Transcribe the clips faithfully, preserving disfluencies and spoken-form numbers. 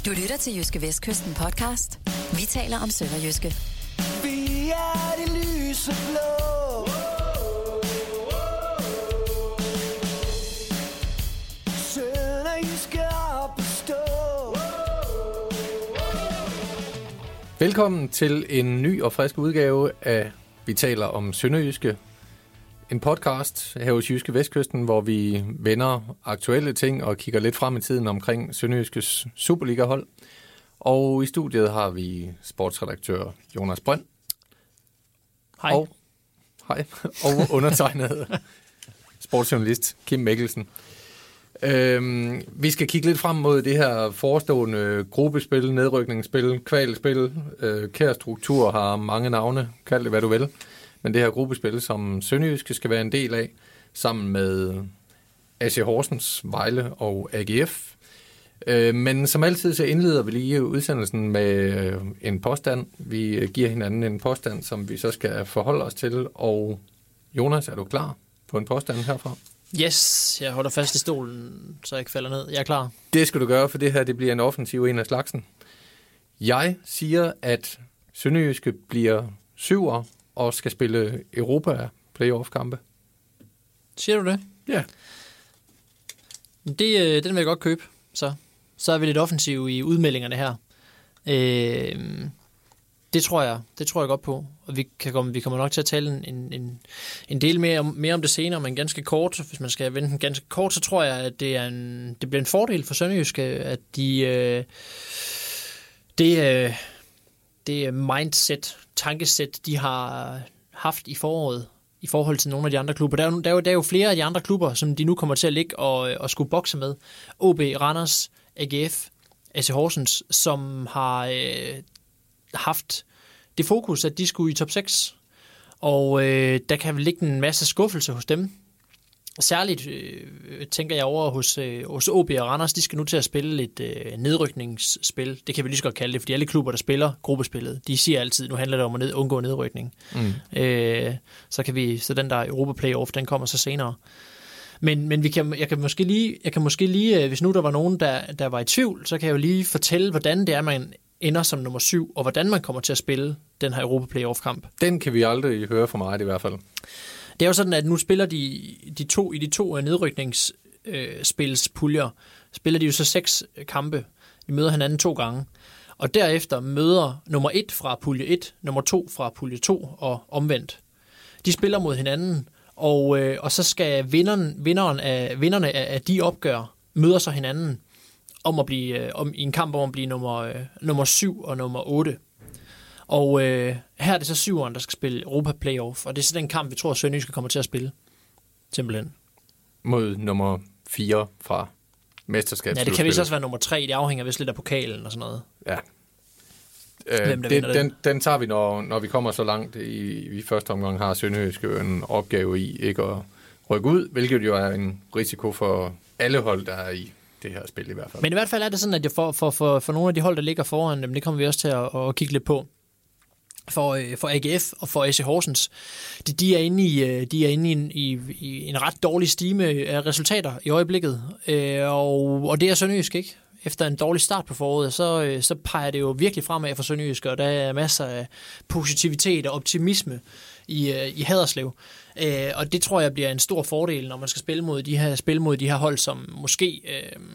Du lytter til Jyske Vestkysten podcast. Vi taler om sønderjyske. Vi er det lyse blå. Sønderjyske op at stå. Velkommen til en ny og frisk udgave af Vi taler om sønderjyske. En podcast her hos Jyske Vestkysten, hvor vi vender aktuelle ting og kigger lidt frem i tiden omkring Sønderjyskes Superliga-hold. Og i studiet har vi sportsredaktør Jonas Brønd. Hej. Og, hej. Og undertegnet sportsjournalist Kim Mikkelsen. Øhm, vi skal kigge lidt frem mod det her forestående gruppespil, nedrykningsspil, kvalspil. Øh, kære struktur har mange navne, kald det hvad du vil. Men det her gruppespil, som Sønderjyske skal være en del af, sammen med A C Horsens, Vejle og A G F. Øh, men som altid, så indleder vi lige udsendelsen med en påstand. Vi giver hinanden en påstand, som vi så skal forholde os til. Og Jonas, er du klar på en påstand herfra? Yes, jeg holder fast i stolen, så jeg ikke falder ned. Jeg er klar. Det skal du gøre, for det her det bliver en offensiv en af slagsen. Jeg siger, at Sønderjyske bliver syver og skal spille Europa playoff-kampe. Siger du det? Ja. Det, den vil jeg godt købe, så. Så er vi lidt offensive i udmeldingerne her. Øh, det tror jeg, det tror jeg godt på. Og vi, kan komme, vi kommer nok til at tale en, en, en del mere om, mere om det senere, men ganske kort. Hvis man skal vente den ganske kort, så tror jeg, at det, er en, det bliver en fordel for Sønderjyske, at de øh, det, øh, det mindset, tankesæt, de har haft i foråret, i forhold til nogle af de andre klubber. Der er, der, er jo, der er jo flere af de andre klubber, som de nu kommer til at ligge og, og skulle bokse med. O B, Randers, A G F, A C Horsens, som har øh, haft det fokus, at de skulle i top seks. Og øh, der kan vel ligge en masse skuffelse hos dem. Særligt øh, tænker jeg over hos, øh, hos O B og Randers, de skal nu til at spille lidt øh, nedrykningsspil. Det kan vi lige så godt kalde det, fordi alle klubber, der spiller gruppespillet, de siger altid, nu handler det om at ned, undgå nedrykning. Mm. Øh, så kan vi, så den der Europa Playoff, den kommer så senere. Men, men vi kan, jeg kan måske lige, jeg kan måske lige, hvis nu der var nogen, der, der var i tvivl, så kan jeg jo lige fortælle, hvordan det er, man ender som nummer syv, og hvordan man kommer til at spille den her Europa Playoff-kamp. Den kan vi aldrig høre fra mig i hvert fald. Det er jo sådan, at nu spiller de, de to i de to nedrykningsspilspuljer, øh, spiller de jo så seks kampe. De møder hinanden to gange. Og derefter møder nummer et fra pulje et, nummer to fra pulje to og omvendt. De spiller mod hinanden, og, øh, og så skal vinderen, vinderen af, vinderne af, af de opgør møder så hinanden om at blive, øh, om, i en kamp om at blive nummer, øh, nummer syv og nummer otte. Og øh, her er det så syveren, der skal spille Europa Playoff, og det er så den kamp, vi tror, Sønderjyske kommer til at spille. Simpelthen. Mod nummer fire fra mesterskabsslutspillet. Ja, det kan vist også være nummer tre. Det afhænger vist lidt af pokalen og sådan noget. Ja. Øh, Hvem der det, den? den, den tager vi, når, når vi kommer så langt. I, i første omgang har Sønderjyske en opgave i ikke at rykke ud, hvilket jo er en risiko for alle hold, der er i det her spil i hvert fald. Men i hvert fald er det sådan, at for, for, for, for nogle af de hold, der ligger foran dem, det kommer vi også til at, at kigge lidt på. For, for A G F og for A C Horsens, de, de er inde i, de er inde i, en, i, i en ret dårlig stime af resultater i øjeblikket, og, og det er Sønderjysk ikke. Efter en dårlig start på foråret, så, så peger det jo virkelig fremad for Sønderjysk, og der er masser af positivitet og optimisme i, i Haderslev. Og det tror jeg bliver en stor fordel, når man skal spille mod de her, spille mod de her hold, som måske...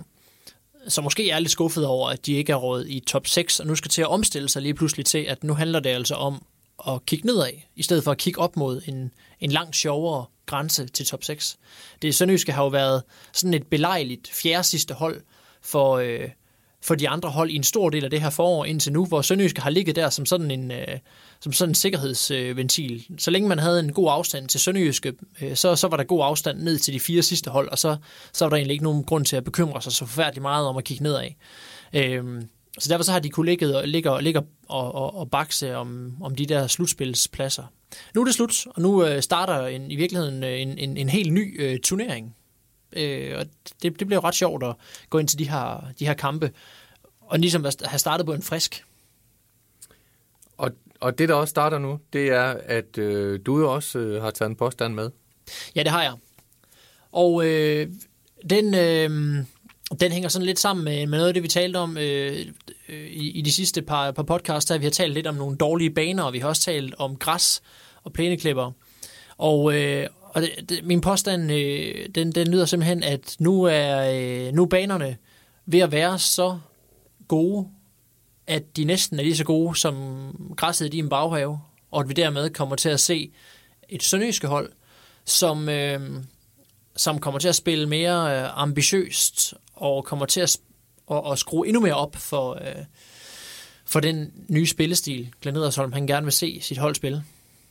Så måske er lidt skuffet over, at de ikke er råd i top seks, og nu skal til at omstille sig lige pludselig til, at nu handler det altså om at kigge nedad, i stedet for at kigge op mod en, en langt sjovere grænse til top seks. Det Sønderjyske har jo været sådan et belejligt fjerde sidste hold for, øh, for de andre hold i en stor del af det her forår indtil nu, hvor Sønderjyske har ligget der som sådan en, øh, som sådan en sikkerhedsventil. Øh, så længe man havde en god afstand til Sønderjyske, øh, så, så var der god afstand ned til de fire sidste hold, og så, så var der egentlig ikke nogen grund til at bekymre sig så forfærdeligt meget om at kigge nedad. Øh, så derfor så har de kunne ligge og, ligge og, ligge og, og, og bakse om, om de der slutspilspladser. Nu er det slut, og nu øh, starter en, i virkeligheden en, en, en helt ny øh, turnering. Øh, og det, det bliver ret sjovt at gå ind til de her, de her kampe, og ligesom at have startet på en frisk. Og, og det, der også starter nu, det er, at øh, du jo også øh, har taget en påstand med. Ja, det har jeg. Og øh, den, øh, den hænger sådan lidt sammen med, med noget af det, vi talte om øh, øh, i, i de sidste par, par podcasts, der vi har talt lidt om nogle dårlige baner, og vi har også talt om græs og plæneklipper. Og, øh, og det, det, min påstand, øh, den, den lyder simpelthen, at nu er, øh, nu er banerne ved at være så gode, at de næsten er lige så gode som græsset i din baghave, og at vi dermed kommer til at se et sønderjyske hold, som, øh, som kommer til at spille mere øh, ambitiøst, og kommer til at, at, at skrue endnu mere op for, øh, for den nye spillestil, Glenn Riddersholm, han gerne vil se sit hold spille.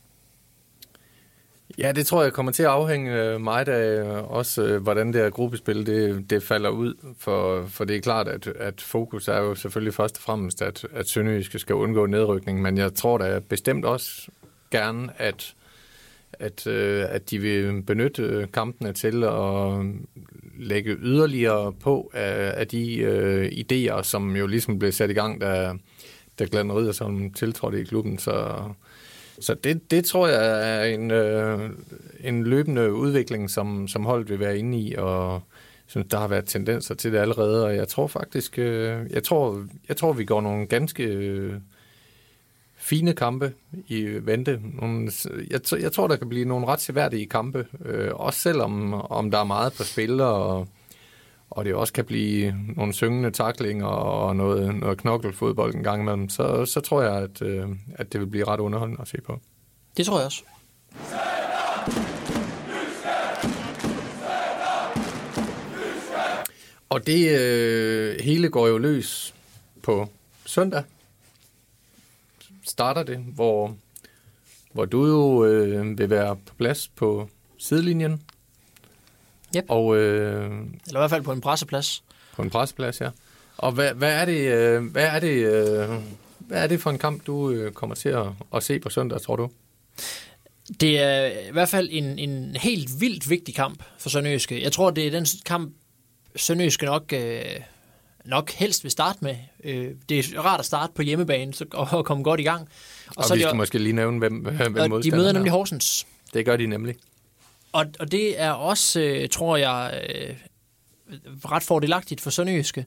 Ja, det tror jeg kommer til at afhænge meget af også, hvordan det her gruppespil det, det falder ud, for, for det er klart, at, at fokus er jo selvfølgelig først og fremmest, at, at Sønderjyske skal undgå nedrykning, men jeg tror da bestemt også gerne, at, at, at de vil benytte kampene til at lægge yderligere på af, af de uh, idéer, som jo ligesom blev sat i gang, da, da Glenn Riddersholm tiltrådte i klubben, så... Så det, det tror jeg er en, øh, en løbende udvikling, som, som holdet vil være inde i, og synes, der har været tendenser til det allerede, og jeg tror faktisk, øh, jeg, tror, jeg tror, vi går nogle ganske øh, fine kampe i vente. Nogle, jeg, jeg tror, der kan blive nogle ret seværdige kampe, øh, også selvom om der er meget på spil, og, og det også kan blive nogle syngende tacklinger og noget, noget knokkelfodbold en gang imellem, så, så tror jeg, at, øh, at det vil blive ret underholdende at se på. Det tror jeg også. Og det øh, hele går jo løs på søndag. Starter det, hvor, hvor du jo øh, vil være på plads på sidelinjen. Yep. Og, øh, Eller i hvert fald på en presseplads. På en presseplads, ja. Og hvad, hvad, er det, øh, hvad, er det, øh, hvad er det for en kamp, du øh, kommer til at, at se på søndag, tror du? Det er i hvert fald en, en helt vildt vigtig kamp for Sønderjyske. Jeg tror, det er den kamp, Sønderjyske nok, øh, nok helst vil starte med. Øh, det er rart at starte på hjemmebane så, og komme godt i gang. Og, og så vi de, skal måske lige nævne, hvem, hvem modstanderen de møder nemlig er. Horsens. Det gør de nemlig. Og, og det er også, øh, tror jeg, øh, ret fordelagtigt for Sønderjyske.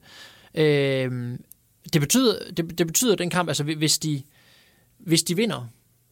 Øh, det, betyder, det, det betyder den kamp, altså hvis de, hvis de vinder,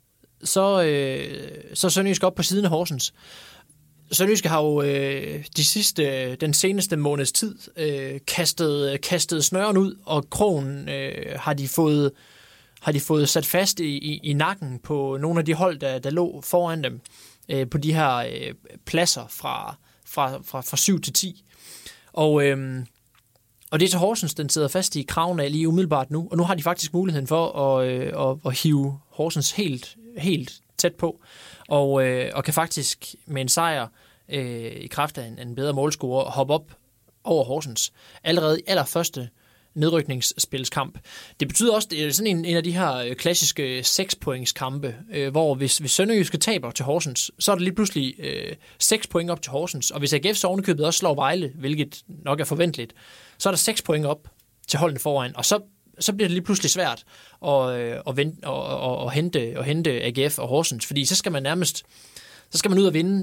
så, øh, så er Sønderjyske op på siden af Horsens. Sønderjyske har jo øh, de sidste, den seneste måneds tid øh, kastet, kastet snøren ud, og krogen øh, har de fået har de fået sat fast i, i, i nakken på nogle af de hold, der, der lå foran dem, øh, på de her øh, pladser fra, fra, fra, fra syv til ti. Og, øh, og det er til Horsens, den sidder fast i kraven af lige umiddelbart nu, og nu har de faktisk muligheden for at, øh, at, at hive Horsens helt, helt tæt på, og, øh, og kan faktisk med en sejr øh, i kraft af en, en bedre målscorer hoppe op over Horsens allerede i allerførste nedrykningsspilskamp. Det betyder også, det er sådan en, en af de her klassiske seks-pointskampe, øh, hvor hvis, hvis Sønderjyske taber til Horsens, så er der lige pludselig øh, seks point op til Horsens, og hvis A G F's ovenikøbet også slår Vejle, hvilket nok er forventeligt, så er der seks point op til holdene foran, og så, så bliver det lige pludselig svært at, at, vente, at, at, at, hente, at hente A G F og Horsens, fordi så skal man nærmest så skal man ud og vinde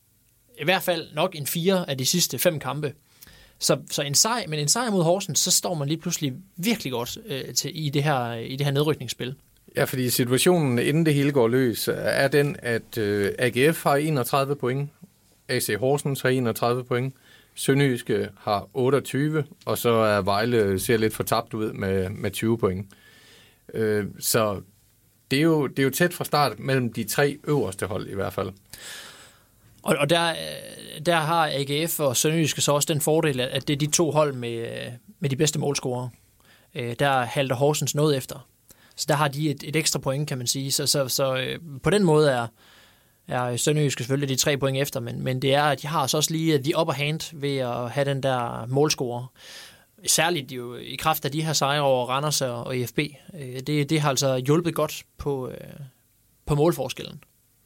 i hvert fald nok en fire af de sidste fem kampe. Så, så en sejr, men en sejr mod Horsens, så står man lige pludselig virkelig godt øh, til, i, det her, i det her nedrykningsspil. Ja, fordi situationen, inden det hele går løs, er den, at øh, A G F har enogtredive point, A C Horsens har enogtredive point, Sønderjyske har otteogtyve, og så er Vejle ser lidt fortabt ud med, med tyve point. Øh, så det er, jo, det er jo tæt fra start mellem de tre øverste hold i hvert fald. Og, og der, der har A G F og Sønderjyske så også den fordel, at det er de to hold med, med de bedste målscorere. Der halter Horsens noget efter. Så der har de et, et ekstra point, kan man sige. Så, så, så på den måde er, er Sønderjyske selvfølgelig de tre point efter, men, men det er, at de har så også lige de upper hand ved at have den der målscorer. Særligt jo i kraft af de her sejre over Randers og I F B. Det, det har altså hjulpet godt på, på målforskellen.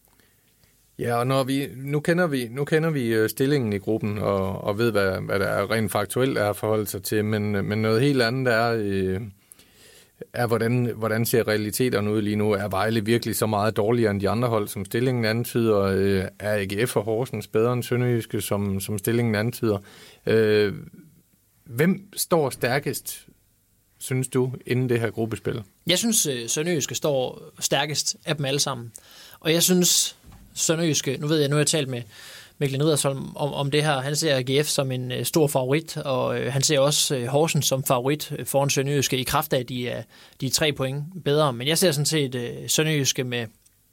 Ja, og når vi, nu, kender vi, nu kender vi stillingen i gruppen, og, og ved, hvad, hvad der rent faktuelt er at forholde sig til, men, men noget helt andet er, øh, er hvordan, hvordan ser realiteterne ud lige nu? Er Vejle virkelig så meget dårligere end de andre hold, som stillingen antyder? Øh, er A G F og Horsens bedre end Sønderjyske, som, som stillingen antyder? Øh, Hvem står stærkest, synes du, inden det her gruppespil? Jeg synes, Sønderjyske står stærkest af dem alle sammen. Og jeg synes, Sønderjyske, nu ved jeg, nu har jeg talt med Mikkel Riddersholm om, om det her. Han ser A G F som en uh, stor favorit, og uh, han ser også uh, Horsens som favorit uh, foran Sønderjyske i kraft af, at de er, de er tre point bedre. Men jeg ser sådan set uh, Sønderjyske med,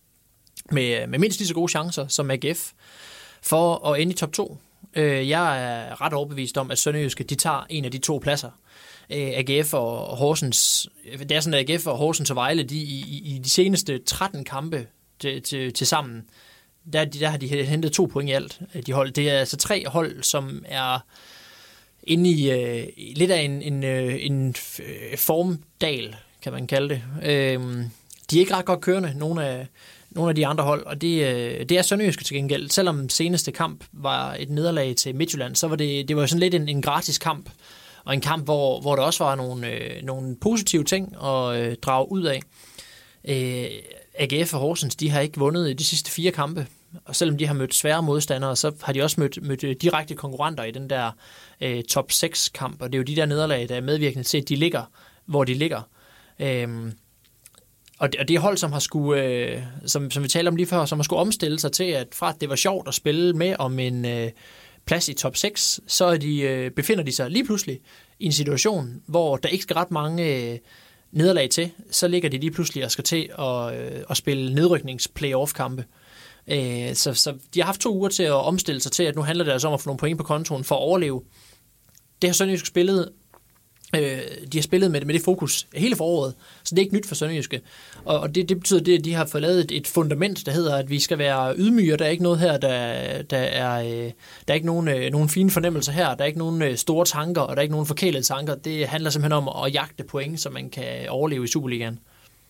med, med mindst lige så gode chancer som A G F for at ende i top to. Uh, jeg er ret overbevist om, at Sønderjyske de tager en af de to pladser. Uh, A G F og Horsens, det er sådan, at A G F og Horsens og Vejle, de i, i, i de seneste tretten kampe til, til, til sammen, Der, der har de hentet to point i alt, de hold. Det er altså tre hold, som er inde i uh, lidt af en, en, en formdal, kan man kalde det. Uh, de er ikke ret godt kørende, nogle af, nogle af de andre hold, og det, uh, det er Sønderjyske til gengæld. Selvom seneste kamp var et nederlag til Midtjylland, så var det, det var sådan lidt en, en gratis kamp, og en kamp, hvor, hvor der også var nogle, uh, nogle positive ting at uh, drage ud af. Uh, A G F og Horsens, de har ikke vundet i de sidste fire kampe, og selvom de har mødt svære modstandere, så har de også mødt, mødt direkte konkurrenter i den der øh, top seks kamp, og det er jo de der nederlag, der er medvirkende til, at de ligger, hvor de ligger. Øhm, og, det, og det er hold, som har skulle, øh, som, som vi talte om lige før, som har skulle omstille sig til, at fra at det var sjovt at spille med om en øh, plads i top seks, så er de, øh, befinder de sig lige pludselig i en situation, hvor der ikke skal ret mange øh, nederlag til, så ligger de lige pludselig og skal til at, øh, at spille nedryknings-playoff-kampe. Så, så de har haft to uger til at omstille sig til, at nu handler det altså om at få nogle point på kontoen for at overleve. Det har Sønderjyske spillet, øh, de har spillet med, med det fokus hele foråret, så det er ikke nyt for Sønderjyske. Og, og det, det betyder, det, at de har fået lavet et, et fundament, der hedder, at vi skal være ydmyge, der er ikke noget her, der, der er, der er ikke nogen, øh, nogen fine fornemmelser her, der er ikke nogen øh, store tanker, og der er ikke nogen forkælede tanker. Det handler simpelthen om at jagte point, så man kan overleve i Superligaen.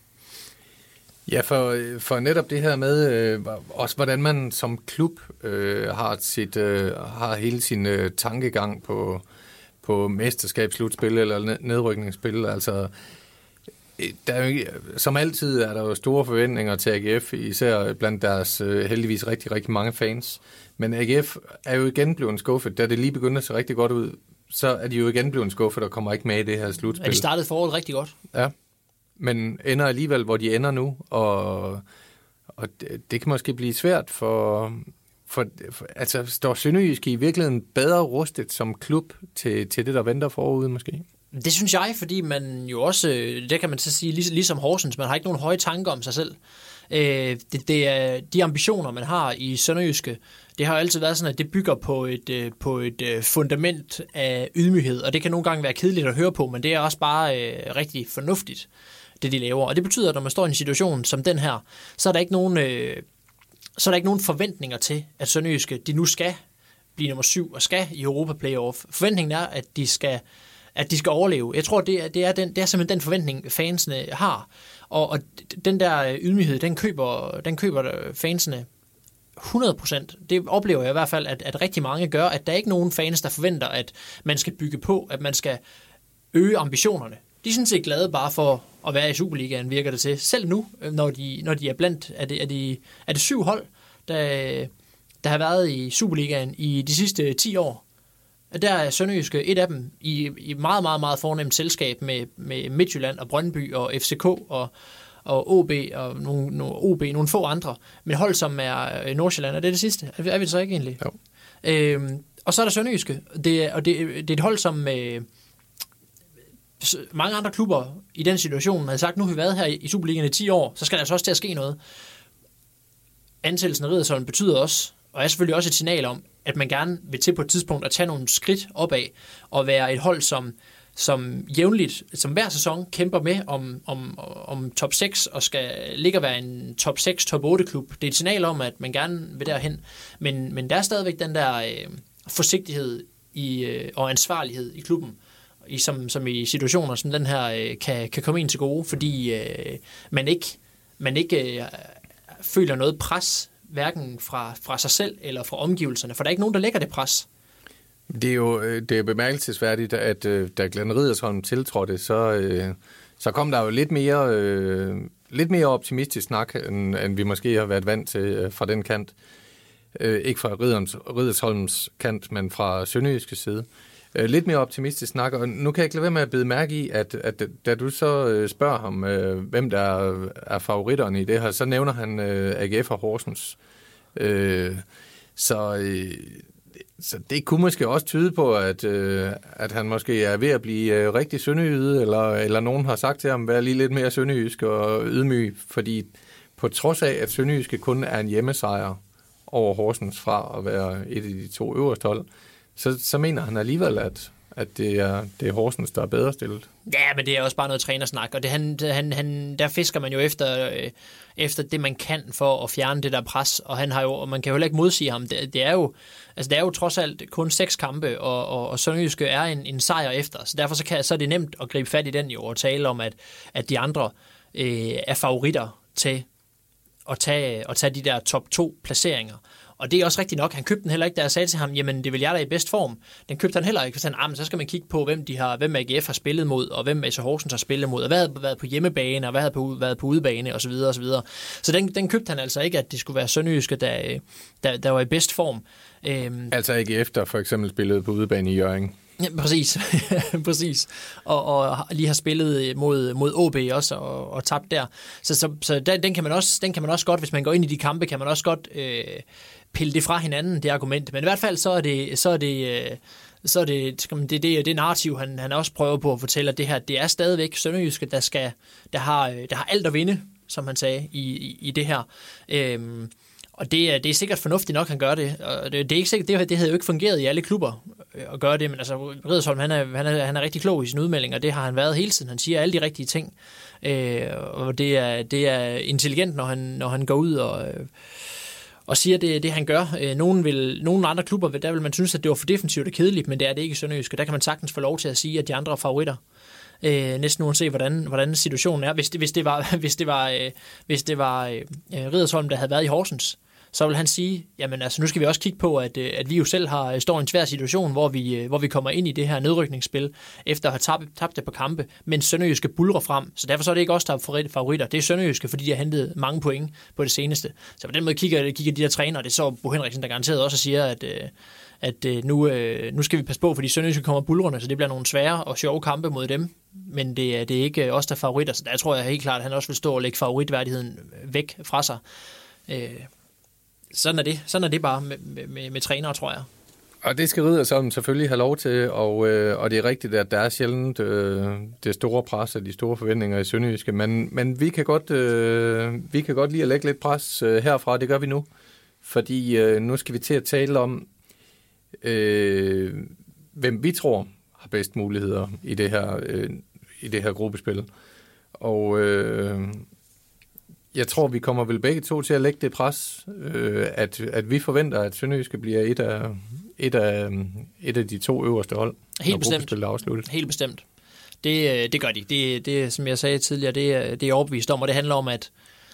Ja, for, for netop det her med, øh, også hvordan man som klub øh, har, sit, øh, har hele sin øh, tankegang på, på mesterskabsslutspil eller nedrykningsspil. Altså, der er jo, som altid er der jo store forventninger til A G F, især blandt deres øh, heldigvis rigtig, rigtig mange fans. Men A G F er jo igen blevet skuffet. Da det lige begynder at se rigtig godt ud, så er de jo igen blevet skuffet og kommer ikke med i det her slutspil. Ja, de startede foråret rigtig godt. Ja. Men ender alligevel, hvor de ender nu, og, og det, det kan måske blive svært for, for, for altså står Sønderjyske i virkeligheden bedre rustet som klub til, til det, der venter forude måske? Det synes jeg, fordi man jo også, det kan man så sige, ligesom Horsens, man har ikke nogen høje tanker om sig selv. Det, det er de ambitioner, man har i Sønderjyske, det har altid været sådan, at det bygger på et, på et fundament af ydmyghed, og det kan nogle gange være kedeligt at høre på, men det er også bare rigtig fornuftigt, det de laver. Og det betyder, at når man står i en situation som den her, så er der ikke nogen, øh, så er der ikke nogen forventninger til, at Sønderjyske, de nu skal blive nummer syv og skal i Europa Playoff. Forventningen er, at de skal, at de skal overleve. Jeg tror, det er, det er, den, det er simpelthen den forventning, fansene har. Og, og den der ydmyghed, den køber, den køber fansene hundrede procent. Det oplever jeg i hvert fald, at, at rigtig mange gør, at der er ikke nogen fans, der forventer, at man skal bygge på, at man skal øge ambitionerne. De er sådan set glade bare for at være i Superligaen, virker det til. Selv nu, når de, når de er blandt, er det, er, de, er det syv hold, der, der har været i Superligaen i de sidste ti år. Der er Sønderjyske et af dem i, i meget, meget, meget fornemt selskab med, med Midtjylland og Brøndby og F C K og, og O B og nogle, nogle, O B, nogle få andre. Men hold, som er Nordsjælland, er det det sidste? Er vi, er vi det så ikke egentlig? Jo. Øhm, og så er der Sønderjyske. Det, og det, det er et hold, som... Øh, mange andre klubber i den situation havde sagt, nu har vi været her i Superligaen i ti år, så skal der altså også til at ske noget. Ansættelsen af Riddersholm betyder også, og er selvfølgelig også et signal om, at man gerne vil til på et tidspunkt at tage nogle skridt opad, og være et hold, som, som jævnligt, som hver sæson, kæmper med om, om, om top seks, og skal ligge og være en top seks, top otte klub. Det er et signal om, at man gerne vil derhen. Men, men der er stadigvæk den der øh, forsigtighed i, øh, og ansvarlighed i klubben, I, som, som i situationer som den her øh, kan, kan komme ind til gode, fordi øh, man ikke, man ikke øh, føler noget pres, hverken fra, fra sig selv eller fra omgivelserne, for der er ikke nogen, der lægger det pres. Det er jo det er bemærkelsesværdigt, at øh, da Glenn Riddersholm tiltrådte, så, øh, så kom der jo lidt mere, øh, lidt mere optimistisk snak, end, end vi måske har været vant til øh, fra den kant. Øh, ikke fra Riddersholms kant, men fra Sønderjyske side. øh, lidt mere optimistisk snak, og nu kan jeg ikke lade være med at bide mærke i, at, at da du så øh, spørger ham, øh, hvem der er, er favoritterne i det her, så nævner han øh, A G F og Horsens. Øh, så, øh, så det kunne måske også tyde på, at, øh, at han måske er ved at blive øh, rigtig sønderjyde, eller, eller nogen har sagt til ham, vær lige lidt mere sønderjysk og ydmyg, fordi på trods af, at sønderjyske kun er en hjemmesejr over Horsens fra at være et af de to øverste hold, så, så mener han alligevel, at, at det, er, det er Horsens, der er bedre stillet. Ja, men det er også bare noget trænersnak, og det, han, han, han, der fisker man jo efter, øh, efter det, man kan for at fjerne det der pres, og, han har jo, og man kan jo heller ikke modsige ham. Det, det, er, jo, altså det er jo trods alt kun seks kampe, og, og, og Sønderjyske er en, en sejr efter, så derfor så, kan, så er det nemt at gribe fat i den jo, og tale om, at, at de andre øh, er favoritter til at tage, at tage de der top to placeringer. Og det er også rigtigt nok. Han købte den heller ikke, da jeg sagde til ham, jamen det vil jeg da i bedst form. Den købte han heller ikke, for han, ah, så skal man kigge på, hvem de har, hvem A G F har spillet mod, og hvem A C Horsens har spillet mod, og hvad havde været på hjemmebane, og hvad havde på, været på udebane, osv. osv. Så den, den købte han altså ikke, at det skulle være Sønderjyske, der, der, der var i bedst form. Øhm, altså A G F, der for eksempel spillede på udebane i Hjørring. Ja, præcis. præcis. Og, og lige har spillet mod, mod O B også og, og tabt der. Så, så, så den, den, kan man også, den kan man også godt, hvis man går ind i de kampe, kan man også godt øh, pille det fra hinanden, det argument. Men i hvert fald så er det, så er det, øh, så er det, det, det, det, det narrativ, han, han også prøver på at fortælle, at det her, det er stadigvæk Sønderjyske, der, skal, der, har, der har alt at vinde, som han sagde, i, i, i det her. Øhm, Og det er, det er sikkert fornuftigt nok, han gør det. Og det, det er ikke sikkert, det, det havde jo ikke fungeret i alle klubber at gøre det, men altså Riddersholm, han er, han er, han er rigtig klog i sin udmelding, og det har han været hele tiden. Han siger alle de rigtige ting, øh, og det er, det er intelligent, når han, når han går ud og, øh, og siger det, det, han gør. Øh, nogen, vil, nogen andre klubber, der vil man synes, at det var for defensivt og kedeligt, men det er det ikke i Sønderjyske. Der kan man sagtens få lov til at sige, at de andre er favoritter. Øh, næsten uanset hvordan, hvordan situationen er. Hvis det, hvis det var, hvis det var, øh, hvis det var øh, Riddersholm, der havde været i Horsens, så vil han sige, jamen altså nu skal vi også kigge på, at, at vi jo selv har står i en svær situation, hvor vi, hvor vi kommer ind i det her nedrykningsspil, efter at have tabt, tabt det på kampe, men Sønderjyske bulrer frem. Så derfor så er det ikke os, der er favoritter. Det er Sønderjyske, fordi de har hentet mange point på det seneste. Så på den måde kigger, kigger de der trænere, det er så Bo Henriksen, der garanteret også siger, at, at nu, nu skal vi passe på, fordi Sønderjyske kommer bulrerne, så det bliver nogle svære og sjove kampe mod dem. Men det er, det er ikke os, der er favoritter. Så der tror jeg helt klart, at han også vil stå og lægge favoritværdigheden væk fra sig. Sådan er det. Sådan er det bare med, med, med, med trænere, tror jeg. Og det skal Riddersholm selvfølgelig have lov til, og, øh, og det er rigtigt, at der er sjældent øh, det store pres og de store forventninger i Sønderjyske, men, men vi, kan godt, øh, vi kan godt lide at lægge lidt pres øh, herfra, det gør vi nu, fordi øh, nu skal vi til at tale om, øh, hvem vi tror har bedst muligheder i det her, øh, i det her gruppespil. Og øh, jeg tror, vi kommer vel begge to til at lægge det pres, øh, at, at vi forventer, at Sønderjyske bliver et af, et af, et af de to øverste hold, helt når gruppespillet er afsluttet. Helt bestemt. Det, det gør de. Det, det, som jeg sagde tidligere, det, det er overbevist om, og det handler om, at,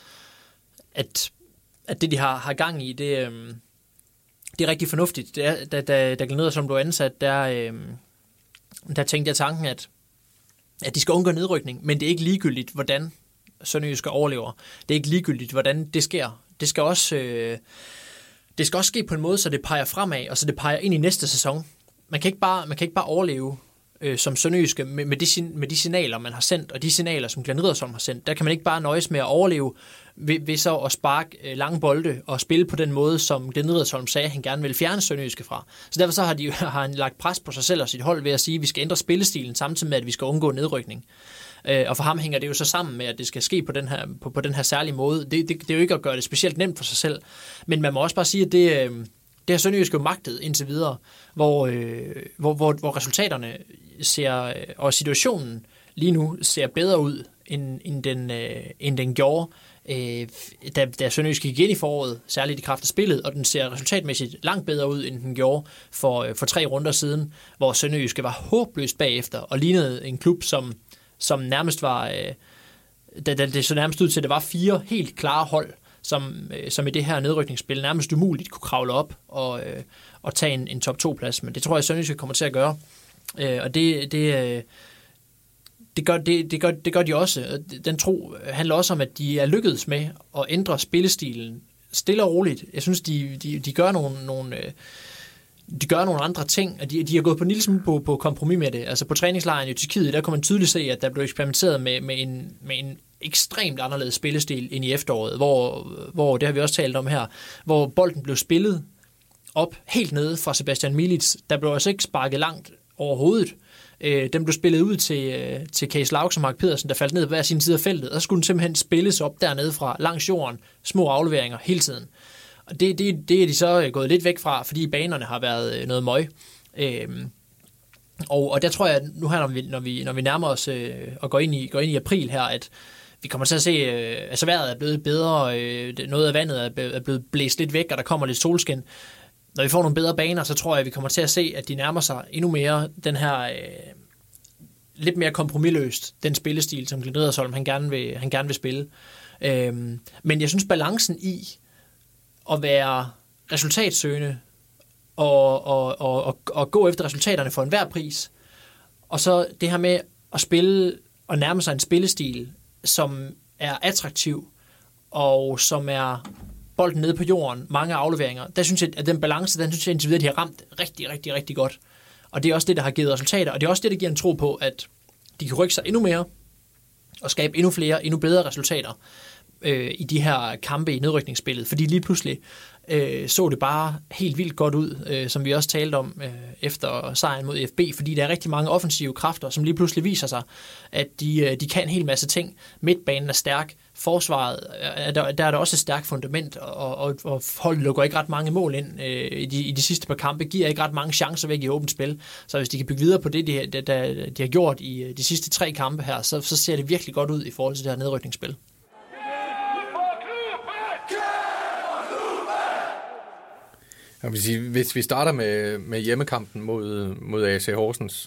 at, at det, de har, har gang i, det, det er rigtig fornuftigt. Det er, da, da, da Glenn som blev ansat, der, der tænkte jeg tanken, at, at de skal undgå nedrykning, men det er ikke ligegyldigt, hvordan Sønderjyske overlever. Det er ikke ligegyldigt, hvordan det sker. Det skal også, øh, det skal også ske på en måde, så det peger fremad, og så det peger ind i næste sæson. Man kan ikke bare, man kan ikke bare overleve øh, som Sønderjyske med, med, de, med de signaler, man har sendt, og de signaler, som Glenn Riddersholm har sendt. Der kan man ikke bare nøjes med at overleve ved, ved så at sparke øh, lange bolde og spille på den måde, som Glenn Riddersholm sagde, han gerne ville fjerne Sønderjyske fra. Så derfor så har, de, har han lagt pres på sig selv og sit hold ved at sige, at vi skal ændre spillestilen, samtidig med, at vi skal undgå nedrykning. Og for ham hænger det jo så sammen med, at det skal ske på den her, på, på den her særlige måde. Det, det, det er jo ikke at gøre det specielt nemt for sig selv. Men man må også bare sige, at det, det har Sønderjyske jo magtet indtil videre, hvor, hvor, hvor, hvor resultaterne ser, og situationen lige nu ser bedre ud, end, end, den, end den gjorde, da, da Sønderjyske gik ind i foråret, særligt i kraft af spillet, og den ser resultatmæssigt langt bedre ud, end den gjorde for, for tre runder siden, hvor Sønderjyske var håbløst bagefter, og lignede en klub, som som nærmest var, øh, det, det så nærmest ud til, at det var fire helt klare hold, som, øh, som i det her nedrykningsspil nærmest umuligt kunne kravle op og, øh, og tage en, en top to plads. Men det tror jeg, Sønderjyske kommer til at gøre. Øh, og det, det, øh, det, gør, det, det, gør, det gør de også. Den tro handler også om, at de er lykkedes med at ændre spillestilen stille og roligt. Jeg synes, de, de, de gør nogle, nogle, øh, de gør nogle andre ting, og de, de har gået på en lille smule på, på kompromis med det. Altså på træningslejren i Tyrkiet, der kunne man tydeligt se, at der blev eksperimenteret med, med, en, med en ekstremt anderledes spillestil end i efteråret, hvor, hvor, det har vi også talt om her, hvor bolden blev spillet op helt nede fra Sebastian Milic. Der blev altså ikke sparket langt overhovedet. Øh, den blev spillet ud til, til Cees Lauks og Mark Pedersen, der faldt ned på hver sin side af feltet, og så skulle den simpelthen spilles op dernede fra langs jorden, små afleveringer hele tiden. Og det, det, det er de så gået lidt væk fra, fordi banerne har været noget møg. Øhm, og, og der tror jeg, nu her, når vi, når vi, når vi nærmer os øh, og går ind, i, går ind i april her, at vi kommer til at se, øh, altså vejret er blevet bedre, øh, noget af vandet er blevet, er blevet blæst lidt væk, og der kommer lidt solskin. Når vi får nogle bedre baner, så tror jeg, at vi kommer til at se, at de nærmer sig endnu mere den her øh, lidt mere kompromisløst, den spillestil, som Glenn Riddersholm, han gerne vil, han gerne vil spille. Øhm, men jeg synes, balancen i at være resultatsøgende og, og, og, og, og gå efter resultaterne for enhver pris, og så det her med at spille og nærme sig en spillestil, som er attraktiv og som er bolden nede på jorden, mange afleveringer, der synes jeg, at den balance, den synes jeg indtil videre, de har ramt rigtig, rigtig, rigtig godt. Og det er også det, der har givet resultater, og det er også det, der giver en tro på, at de kan rykke sig endnu mere og skabe endnu flere, endnu bedre resultater øh, i de her kampe i nedrykningsspillet, fordi lige pludselig øh, så det bare helt vildt godt ud, øh, som vi også talte om øh, efter sejren mod F B, fordi der er rigtig mange offensive kræfter, som lige pludselig viser sig, at de, øh, de kan en hel masse ting. Midtbanen er stærk, forsvaret, øh, der, der er der også et stærkt fundament, og, og, og holdet lukker ikke ret mange mål ind øh, i, de, i de sidste par kampe, giver ikke ret mange chancer væk i åbent spil, så hvis de kan bygge videre på det, de, de, de, de har gjort i de sidste tre kampe her, så, så ser det virkelig godt ud i forhold til det her nedrykningsspil. Jeg vil sige, hvis vi starter med, med hjemmekampen mod, mod A C Horsens,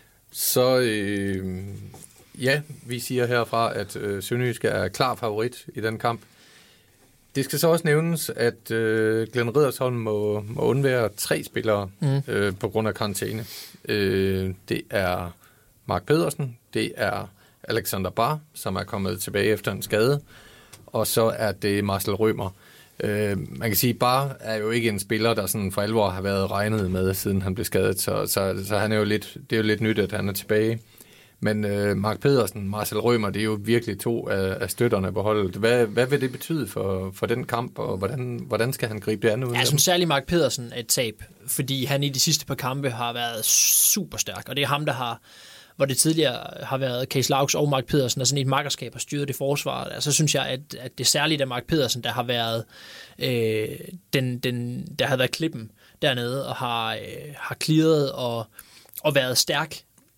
så øh, ja, vi siger herfra, at øh, Sønderjyske er klar favorit i den kamp. Det skal så også nævnes, at øh, Glenn Riddersholm må, må undvære tre spillere mm. øh, på grund af karantæne. Øh, det er Mark Pedersen, det er Alexander Bar, som er kommet tilbage efter en skade, og så er det Marcel Rømer. Uh, man kan sige, Bar er jo ikke en spiller, der sådan for alvor har været regnet med, siden han blev skadet, så, så, så han er jo lidt, det er jo lidt nyt, at han er tilbage. Men uh, Mark Pedersen, Marcel Rømer, det er jo virkelig to af, af støtterne på holdet. Hvad, hvad vil det betyde for, for den kamp, og hvordan, hvordan skal han gribe det an ud? Ja, som særlig Mark Pedersen er et tab, fordi han i de sidste par kampe har været super stærk, og det er ham, der har, hvor det tidligere har været Cees Lauks og Mark Pedersen, og sådan et makkerskab har styret det forsvar. Altså, så synes jeg, at, at det særligt er Mark Pedersen, der har været øh, den, den, der har været klippen dernede, og har, øh, har clearet og, og været stærk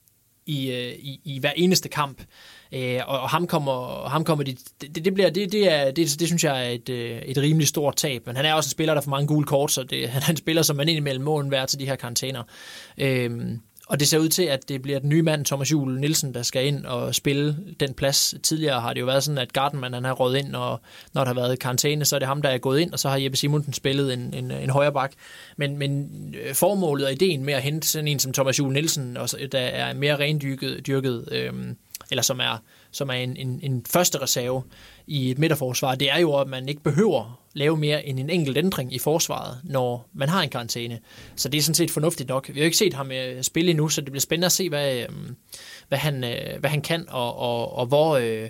i, øh, i, i hver eneste kamp. Øh, og, og ham kommer, ham kommer de, det, det, bliver, det, det, er, det, det synes jeg er et, et rimelig stort tab, men han er også en spiller, der får mange gule kort, så det, han er en spiller, som man indimellem må være til de her karantæner. Øh, Og det ser ud til, at det bliver den nye mand, Thomas Juhl Nielsen, der skal ind og spille den plads. Tidligere har det jo været sådan, at Gardenman han har røget ind, og når der har været karantæne, så er det ham, der er gået ind, og så har Jeppe Simonsen spillet en, en, en højre bak. Men, men formålet og ideen med at hente sådan en som Thomas Juhl Nielsen, der er mere rendyrket, dyrket, øhm, eller som er, som er en, en, en første reserve i et midterforsvar, det er jo, at man ikke behøver lave mere end en enkelt ændring i forsvaret, når man har en karantæne. Så det er sådan set fornuftigt nok. Vi har jo ikke set ham spille endnu, så det bliver spændende at se, hvad, hvad, han, hvad han kan, og, og, og hvor, øh,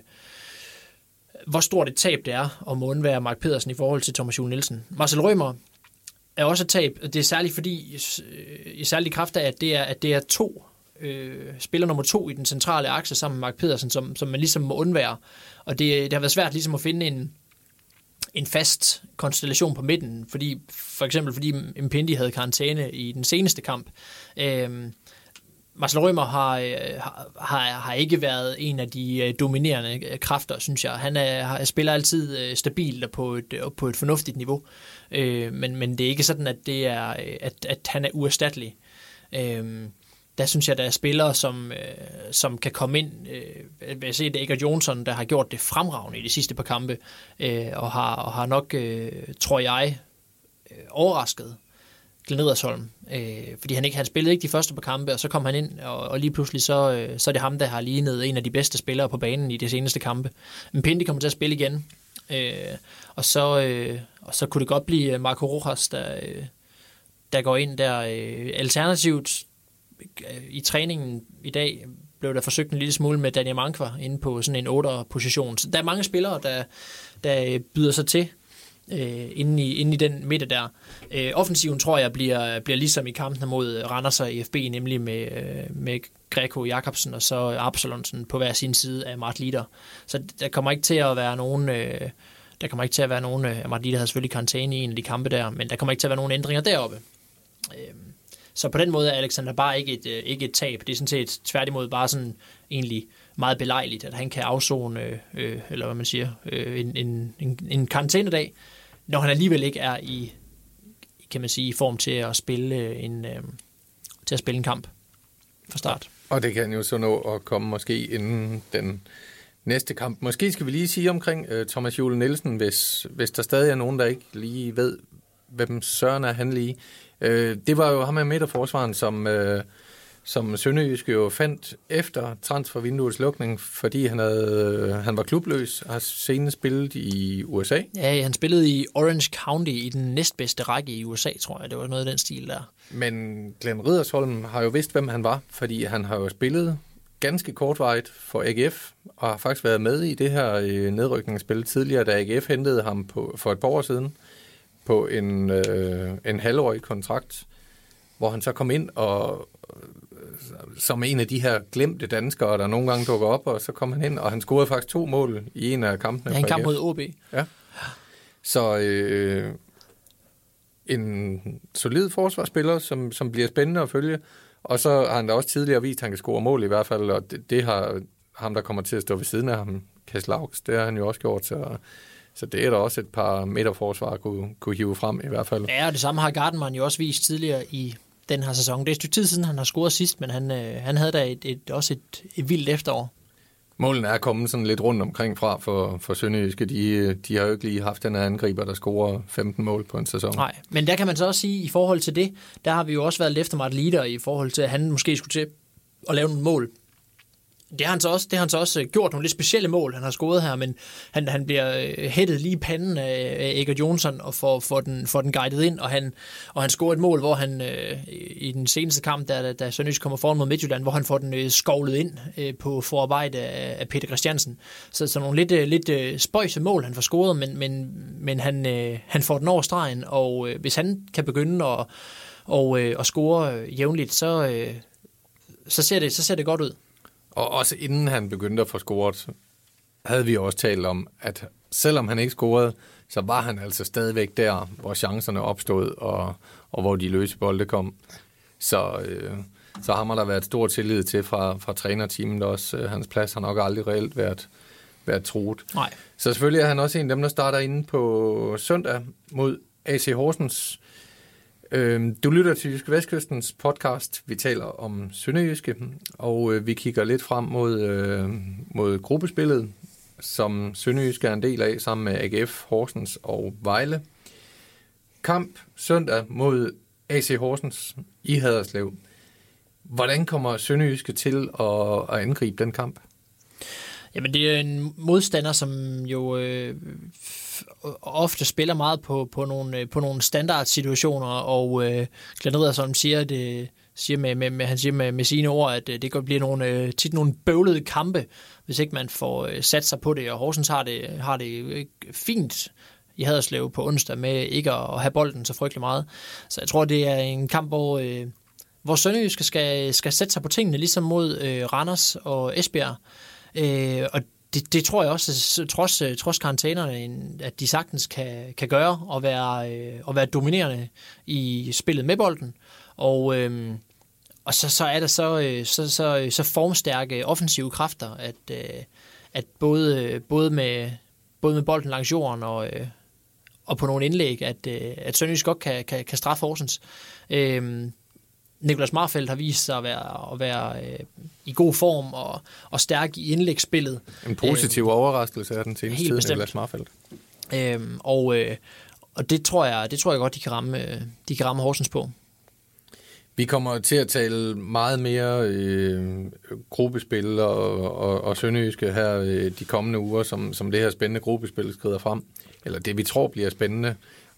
hvor stort et tab det er at må undvære Mark Pedersen i forhold til Thomas Juhl Nielsen. Marcel Rømer er også et tab. Det er særligt fordi, i særlig kraft af, at det er, at det er to øh, spiller nummer to i den centrale akse sammen med Mark Pedersen, som, som man ligesom må undvære. Og det, det har været svært ligesom at finde en en fast konstellation på midten, fordi for eksempel fordi Mpendi havde karantæne i den seneste kamp. Øhm, Marcel Rømer har, har, har ikke været en af de dominerende kræfter, synes jeg. Han er, spiller altid stabilt og på et, og på et fornuftigt niveau, øh, men, men det er ikke sådan, at, det er, at, at han er uerstattelig. Øhm, Der synes jeg, der er spillere, som, øh, som kan komme ind. Øh, jeg ser, det er Egert Jonsson, der har gjort det fremragende i de sidste par kampe, øh, og, har, og har nok, øh, tror jeg, øh, overrasket Glenn Riddersholm. Øh, fordi han ikke han spillede ikke de første par kampe, og så kom han ind, og, og lige pludselig så, øh, så er det ham, der har lignet en af de bedste spillere på banen i de seneste kampe. Men Mpendi kommer til at spille igen, øh, og, så, øh, og så kunne det godt blive Marco Rojas, der... Øh, der går ind der. Øh, alternativt øh, i træningen i dag blev der forsøgt en lille smule med Daniel Mankwa inde på sådan en otter-position. Så der er mange spillere, der, der byder sig til øh, inde, i, inde i den midte der. Øh, offensiven tror jeg bliver, bliver ligesom i kampen mod Randers og E F B, nemlig med, øh, med Greco Jacobsen og så Absalonsen på hver sin side af Mart Lider. Så der kommer ikke til at være nogen... Øh, der kommer ikke til at være nogen... Øh, Mart Lider havde selvfølgelig karantæne i en af de kampe der, men der kommer ikke til at være nogen ændringer deroppe. Øh, Så på den måde er Alexander bare ikke et, øh, ikke et tab. Det er sådan set tværtimod bare sådan egentlig meget belejligt, at han kan afzone, øh, eller hvad man siger, øh, en, en, en, en karantænedag, når han alligevel ikke er i, kan man sige, i form til at spille en, øh, til at spille en kamp fra start. Og det kan jo så nå at komme måske inden den næste kamp. Måske skal vi lige sige omkring uh, Thomas Juel Nielsen, hvis, hvis der stadig er nogen, der ikke lige ved, hvem søren er han lige. Øh, det var jo ham af midterforsvaren, som, øh, som Sønderjyske jo fandt efter transfervinduets lukning, fordi han, havde, han var klubløs og har senest spillet i U S A. Ja, han spillede i Orange County i den næstbedste række i U S A, tror jeg. Det var noget af den stil der. Men Glenn Riddersholm har jo vidst, hvem han var, fordi han har jo spillet ganske kortvarigt for A G F, og har faktisk været med i det her øh, nedrykningsspil tidligere, da A G F hentede ham på, for et par år siden på en, øh, en halvårig kontrakt, hvor han så kom ind og øh, som en af de her glemte danskere, der nogle gange dukker op, og så kom han ind, og han scorede faktisk to mål i en af kampene. Ja, en kamp mod O B. Ja. Så øh, en solid forsvarsspiller, som, som bliver spændende at følge, og så har han da også tidligere vist, at han kan score mål i hvert fald, og det, det har ham, der kommer til at stå ved siden af ham, Kaslauks, det har han jo også gjort, så... Så det er der også et par midterforsvar kunne, kunne hive frem i hvert fald. Ja, og det samme har Gardenman jo også vist tidligere i den her sæson. Det er et stykke tid siden, han har scoret sidst, men han, øh, han havde da et, et, også et, et vildt efterår. Målen er kommet sådan lidt rundt omkring fra for, for Sønderjyske. De, de har jo ikke lige haft den her angriber, der scorer femten mål på en sæson. Nej, men der kan man så også sige, i forhold til det, der har vi jo også været lidt efter Mart Lider i forhold til, at han måske skulle til at lave nogle mål. Det har han så også, det har han så også gjort nogle lidt specielle mål, han har scoret her, men han, han bliver hættet lige i panden af Egert Jonsson og får, får, den, får den guidet ind, og han, og han scorer et mål, hvor han øh, i den seneste kamp, da, da Sønderjysk kommer foran mod Midtjylland, hvor han får den øh, skovlet ind øh, på forarbejde af, af Peter Christiansen. Så, så nogle lidt, øh, lidt øh, spøjse mål, han får scoret, men, men, men han, øh, han får den over stregen, og øh, hvis han kan begynde at, og, øh, at score øh, jævnligt, så, øh, så, ser det, så ser det godt ud. Og også inden han begyndte at få scoret, havde vi også talt om, at selvom han ikke scorede, så var han altså stadigvæk der, hvor chancerne opstod, og, og hvor de løse bolde kom. Så, øh, så har man der været stor tillid til fra, fra trænerteamet også. Hans plads har nok aldrig reelt været, været truet. Nej. Så selvfølgelig er han også en af dem, der starter inde på søndag mod A C Horsens. Du lytter til Jyske Vestkystens podcast. Vi taler om Sønderjyske, og vi kigger lidt frem mod, mod gruppespillet, som Sønderjyske er en del af, sammen med A G F, Horsens og Vejle. Kamp søndag mod A C Horsens i Haderslev. Hvordan kommer Sønderjyske til at, at angribe den kamp? Jamen, det er en modstander, som jo øh, ofte spiller meget på, på nogle, på nogle standardsituationer, og øh, Glenn Riddersholm siger, det, siger, med, med, med, han siger med, med sine ord, at det kan blive nogle, øh, tit nogle bøvlede kampe, hvis ikke man får øh, sat sig på det, og Horsens har det, har det fint i Haderslev på onsdag med ikke at have bolden så frygtelig meget. Så jeg tror, det er en kamp, hvor... Øh, hvor Sønderjyske skal, skal sætte sig på tingene, ligesom mod øh, Randers og Esbjerg. Øh, og det, det tror jeg også, trods, trods karantænerne, at de sagtens kan, kan gøre og være, øh, og være dominerende i spillet med bolden. Og, øh, og så, så er der så, så, så, så formstærke offensive kræfter, at, øh, at både, både, med, både med bolden langs jorden og, øh, og på nogle indlæg, at, øh, at Sønderjyske godt kan, kan, kan straffe Horsens. Øh, Nicolas Marfeldt har vist sig at være, at være øh, i god form og, og stærk i indlægsspillet. En positiv øh, overraskelse af den seneste tid, Nicolas Marfeldt. Øh, og øh, og det, tror jeg, det tror jeg godt, de kan ramme, de kan ramme Horsens på. Vi kommer til at tale meget mere øh, gruppespil og, og, og Sønderjyske her øh, de kommende uger, som, som det her spændende gruppespil skrider frem. Eller det, vi tror bliver spændende.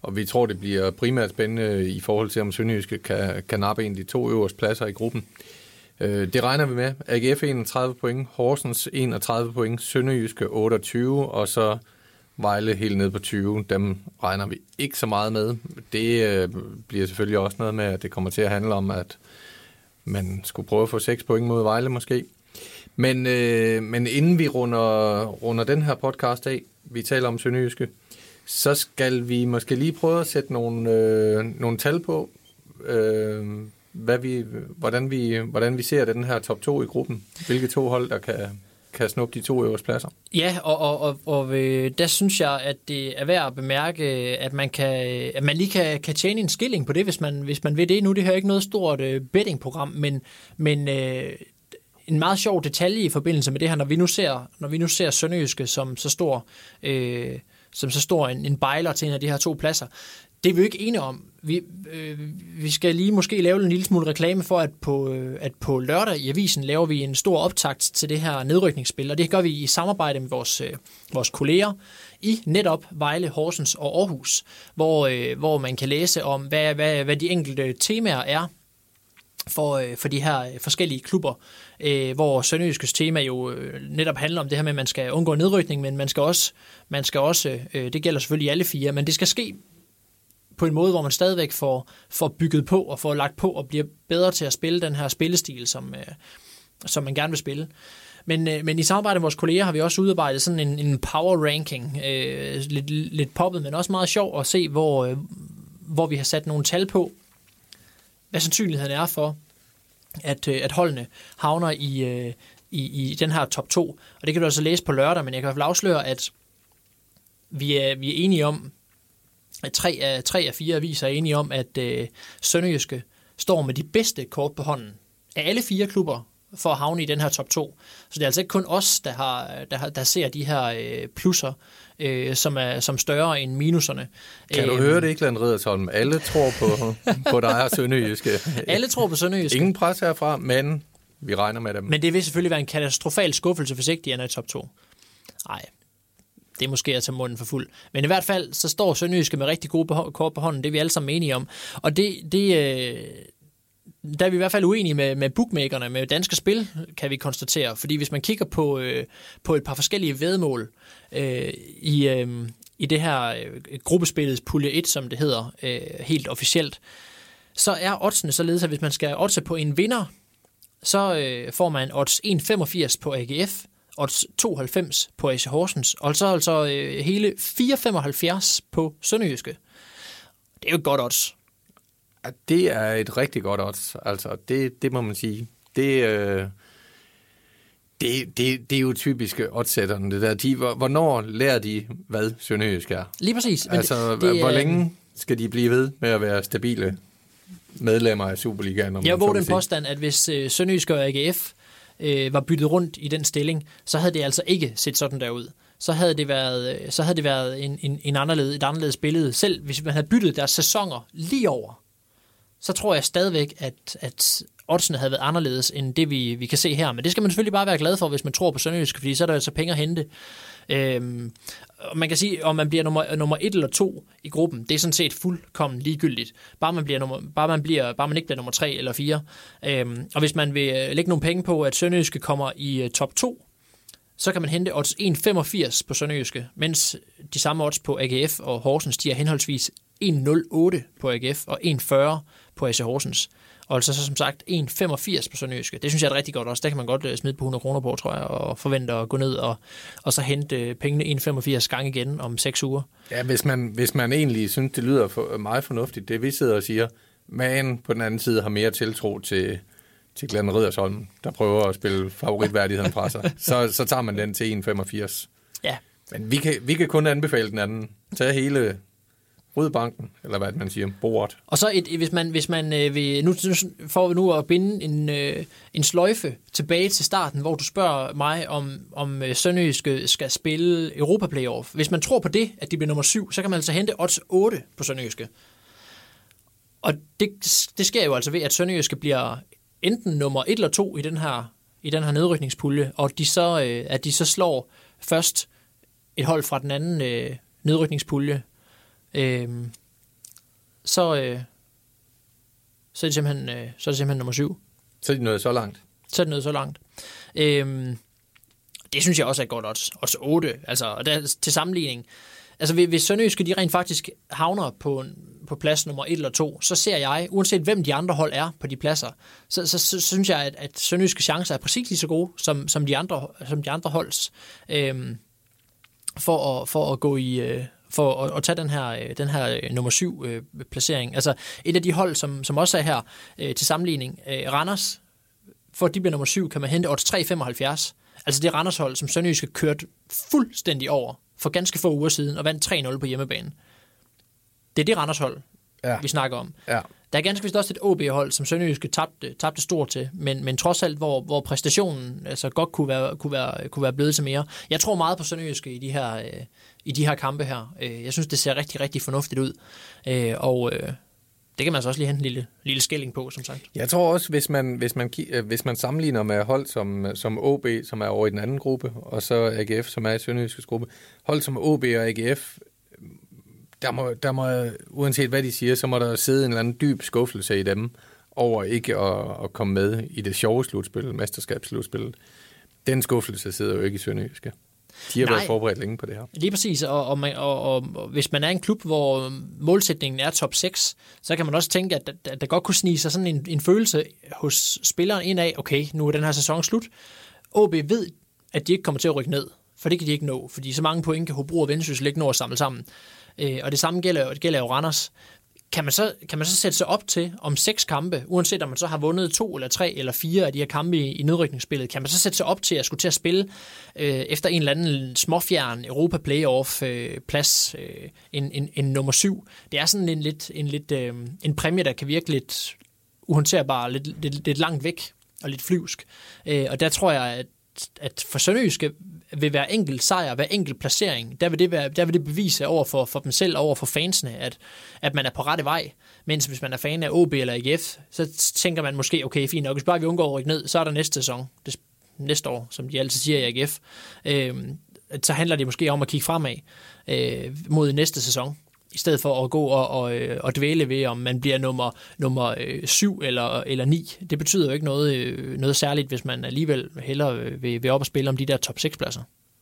Og vi tror, det bliver primært spændende i forhold til, om Sønderjyske kan, kan nappe en af de to øverste pladser i gruppen. Øh, det regner vi med. A G F enogtredive point, Horsens enogtredive point, Sønderjyske otteogtyve, og så Vejle helt ned på tyve. Dem regner vi ikke så meget med. Det øh, bliver selvfølgelig også noget med, at det kommer til at handle om, at man skulle prøve at få seks point mod Vejle måske. Men, øh, men inden vi runder, runder den her podcast af, vi taler om Sønderjyske, så skal vi måske lige prøve at sætte nogle, øh, nogle tal på, øh, hvad vi, hvordan, vi, hvordan vi ser den her top to i gruppen. Hvilke to hold, der kan, kan snuppe de to øverste pladser. Ja, og, og, og, og øh, der synes jeg, at det er værd at bemærke, at man, kan, at man lige kan, kan tjene en skilling på det, hvis man, hvis man vil det. Nu er det her ikke noget stort øh, bettingprogram, men, men øh, en meget sjov detalje i forbindelse med det her, når vi nu ser, når vi nu ser Sønderjyske som så stor, øh, som så stor en, en bejler til en af de her to pladser. Det er vi jo ikke enige om. Vi, øh, vi skal lige måske lave en lille smule reklame for, at på, øh, at på lørdag i avisen laver vi en stor optakt til det her nedrykningsspil, og det gør vi i samarbejde med vores, øh, vores kolleger i netop Vejle, Horsens og Aarhus, hvor, øh, hvor man kan læse om, hvad, hvad, hvad de enkelte temaer er for, øh, for de her forskellige klubber, øh, hvor Sønderjyskes tema jo øh, netop handler om det her med, at man skal undgå nedrykning, men man skal også, man skal også øh, det gælder selvfølgelig alle fire, men det skal ske på en måde, hvor man stadigvæk får, får bygget på og får lagt på og bliver bedre til at spille den her spillestil, som, øh, som man gerne vil spille. Men, øh, men i samarbejde med vores kolleger har vi også udarbejdet sådan en, en power ranking, øh, lidt, lidt poppet, men også meget sjov at se, hvor, øh, hvor vi har sat nogle tal på, hvad sandsynligheden er for, at, øh, at holdene havner i, øh, i, i den her top to. Og det kan du altså læse på lørdag, men jeg kan i hvert fald afsløre, at vi er, vi er enige om, at tre af, tre af fire aviser er enige om, at øh, Sønderjyske står med de bedste kort på hånden af alle fire klubber for at havne i den her top to. Så det er altså ikke kun os, der, har, der, har, der ser de her øh, plusser, øh, som er som større end minuserne. Kan du æm... høre det, Ikland Riddersholm? Alle tror på, på dig og Sønderjyske. Alle tror på Sønderjyske. Ingen pres herfra, men vi regner med dem. Men det vil selvfølgelig være en katastrofal skuffelse, hvis ikke de ender i top to. Nej. Det er måske at tage munden for fuld. Men i hvert fald, så står Sønderjyske med rigtig gode kort på hånden. Det er vi alle sammen enige om. Og det, det, øh, der er vi i hvert fald uenige med, med bookmakerne, med Danske Spil, kan vi konstatere. Fordi hvis man kigger på, øh, på et par forskellige væddemål øh, i, øh, i det her øh, gruppespillets pulje et, som det hedder øh, helt officielt, så er oddsene således, at hvis man skal oddse på en vinder, så øh, får man odds en komma femogfirs på A G F, odds tooghalvfems på A C Horsens, og så altså øh, hele fire komma femoghalvfjerds på Sønderjyske. Det er jo et godt odds. Ja, det er et rigtig godt odds. Altså, det, det må man sige. Det, øh, det, det, det er jo typiske oddsætterne, det der. De, hvornår lærer de, hvad Sønderjyske er? Lige præcis. Men altså, det, det, hvor længe skal de blive ved med at være stabile medlemmer af Superligaen? Jeg våger den påstand, at hvis øh, Sønderjyske og A G F øh, var byttet rundt i den stilling, så havde det altså ikke set sådan der ud. Så havde det været, så havde det været en, en, en anderledes, et anderledes billede. Selv hvis man havde byttet deres sæsoner lige over, så tror jeg stadigvæk, at, at oddsene havde været anderledes end det, vi, vi kan se her. Men det skal man selvfølgelig bare være glad for, hvis man tror på Sønderjyske, fordi så er der altså penge at hente. Øhm, man kan sige, om man bliver nummer, nummer et eller to i gruppen, det er sådan set fuldkommen ligegyldigt. Bare man, bliver nummer, bare man, bliver, bare man ikke bliver nummer tre eller fire. Øhm, og hvis man vil lægge nogle penge på, at Sønderjyske kommer i uh, top to, så kan man hente odds en komma femogfirs på Sønderjyske, mens de samme odds på A G F og Horsens, de er henholdsvis en komma nul otte på A G F og en komma fyrre på A C Horsens. Og altså så som sagt en komma femogfirs på Sønderjyske. Det synes jeg er rigtig godt også. Der kan man godt smide på hundrede kroner på, tror jeg, og forvente at gå ned og, og så hente pengene en komma femogfirs gange igen om seks uger. Ja, hvis man, hvis man egentlig synes, det lyder for, meget fornuftigt, det vi sidder og siger, men på den anden side har mere tiltro til, til Glenn Riddersholm, der prøver at spille favoritværdigheden fra sig, så, så tager man den til en komma femogfirs. Ja. Men vi kan, vi kan kun anbefale den anden. Tag hele Rydbanken, eller hvad man siger, bordet. Og så et, hvis man, hvis man øh, vil, nu får vi nu at binde en, øh, en sløjfe tilbage til starten, hvor du spørger mig, om, om Sønderjyske skal spille Europa Playoff. Hvis man tror på det, at de bliver nummer syv, så kan man altså hente odds otte på Sønderjyske. Og det, det sker jo altså ved, at Sønderjyske bliver enten nummer et eller to i den her, i den her nedrykningspulje, og de så, øh, at de så slår først et hold fra den anden øh, nedrykningspulje, Øhm, så, øh, så, er det simpelthen, øh, så er det simpelthen nummer syv. Så er de nået så langt. Så er det nået så langt. Øhm, det synes jeg også er et godt odds. Også otte, altså, og der, til sammenligning. Altså, hvis Sønderjyske, de rent faktisk havner på, på plads nummer et eller to, så ser jeg, uanset hvem de andre hold er på de pladser, så, så, så synes jeg, at, at Sønderjyske chancer er præcis lige så gode, som, som, de, andre, som de andre holds, øhm, for, at, for at gå i... Øh, for at, at tage den her, den her nummer syv øh, placering. Altså, et af de hold, som, som også er her øh, til sammenligning, øh, Randers, for at de bliver nummer syv, kan man hente odds tre komma femoghalvfjerds. Altså det Randers-hold, som Sønderjyske kørt fuldstændig over for ganske få uger siden, og vandt tre nul på hjemmebane. Det er det Randers-hold, ja. vi snakker om. Ja. Der er ganske vist også et O B-hold, som Sønderjyske tabte, tabte stort til, men, men trods alt, hvor, hvor præstationen altså godt kunne være, kunne, være, kunne være blevet til mere. Jeg tror meget på Sønderjyske i de her, øh, i de her kampe her. Jeg synes, det ser rigtig, rigtig fornuftigt ud. Øh, og... Øh, det kan man så også lige hente en lille, lille skilling på, som sagt. Jeg tror også, hvis man, hvis man, hvis man sammenligner med hold som, som O B, som er over i den anden gruppe, og så A G F, som er i Sønderjyskes gruppe, hold som O B og A G F, der må, der må, uanset hvad de siger, så må der sidde en eller anden dyb skuffelse i dem, over ikke at, at komme med i det sjove slutspil, mesterskabsslutspillet. Den skuffelse sidder jo ikke i Sønderjyske. De har Nej. været forberedt længe på det her. Lige præcis, og, og, man, og, og, og hvis man er en klub, hvor målsætningen er top seks, så kan man også tænke, at, at der godt kunne snige sig sådan en, en følelse hos spilleren ind af, okay, nu er den her sæson slut. O B ved, at de ikke kommer til at rykke ned, for det kan de ikke nå, fordi så mange point kan Hobro og Vendsyssel ikke nå at samle sammen. Øh, og det samme gælder, det gælder jo Randers. Kan man, så, kan man så sætte sig op til om seks kampe, uanset om man så har vundet to eller tre eller fire af de her kampe i, i nedrykningsspillet, kan man så sætte sig op til at skulle til at spille øh, efter en eller anden småfjern Europa Playoff øh, plads, øh, en, en, en nummer syv. Det er sådan en lidt en, lidt, øh, en præmie, der kan virke lidt uhåndterbar, lidt, lidt, lidt langt væk og lidt flyvsk. Øh, og der tror jeg, at at for Sønderjyske vil være enkelt sejr, hver enkelt placering, der vil det, være, der vil det bevise over for, for dem selv, over for fansene, at, at man er på rette vej. Mens hvis man er fan af O B eller A G F, så tænker man måske, okay, fint nok, hvis bare vi undgår at rykke ned, så er der næste sæson, det, næste år, som de altid siger i A G F. Øh, så handler det måske om at kigge fremad øh, mod næste sæson, i stedet for at gå og, og, og dvæle ved, om man bliver nummer, nummer øh, syv eller, eller ni. Det betyder jo ikke noget, øh, noget særligt, hvis man alligevel hellere vil, vil op og spille om de der top seks pladser.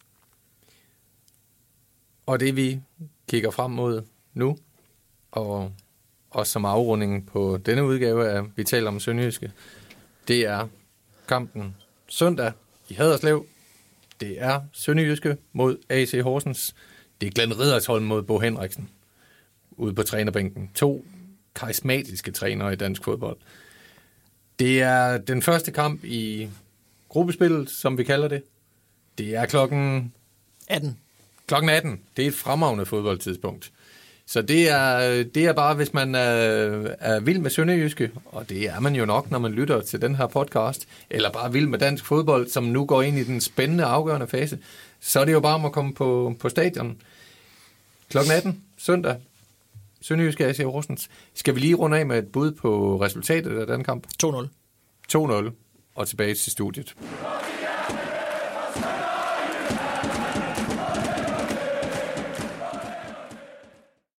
Og det vi kigger frem mod nu, og også som afrunding på denne udgave af Vi taler om Sønderjyske, det er kampen søndag i Haderslev. Det er Sønderjyske mod A C Horsens. Det er Glenn Riddersholm mod Bo Henriksen ude på trænerbænken. To karismatiske trænere i dansk fodbold. Det er den første kamp i gruppespillet, som vi kalder det. Det er klokken atten. Klokken atten. Det er et fremragende fodboldtidspunkt. Så det er, det er bare, hvis man er, er vild med Sønderjyske, og det er man jo nok, når man lytter til den her podcast, eller bare vild med dansk fodbold, som nu går ind i den spændende, afgørende fase, så er det jo bare om at komme på, på stadion. klokken atten, søndag, Sønderjyske A C Horsens. Skal vi lige runde af med et bud på resultatet af den kamp? to nul. to nul, og tilbage til studiet.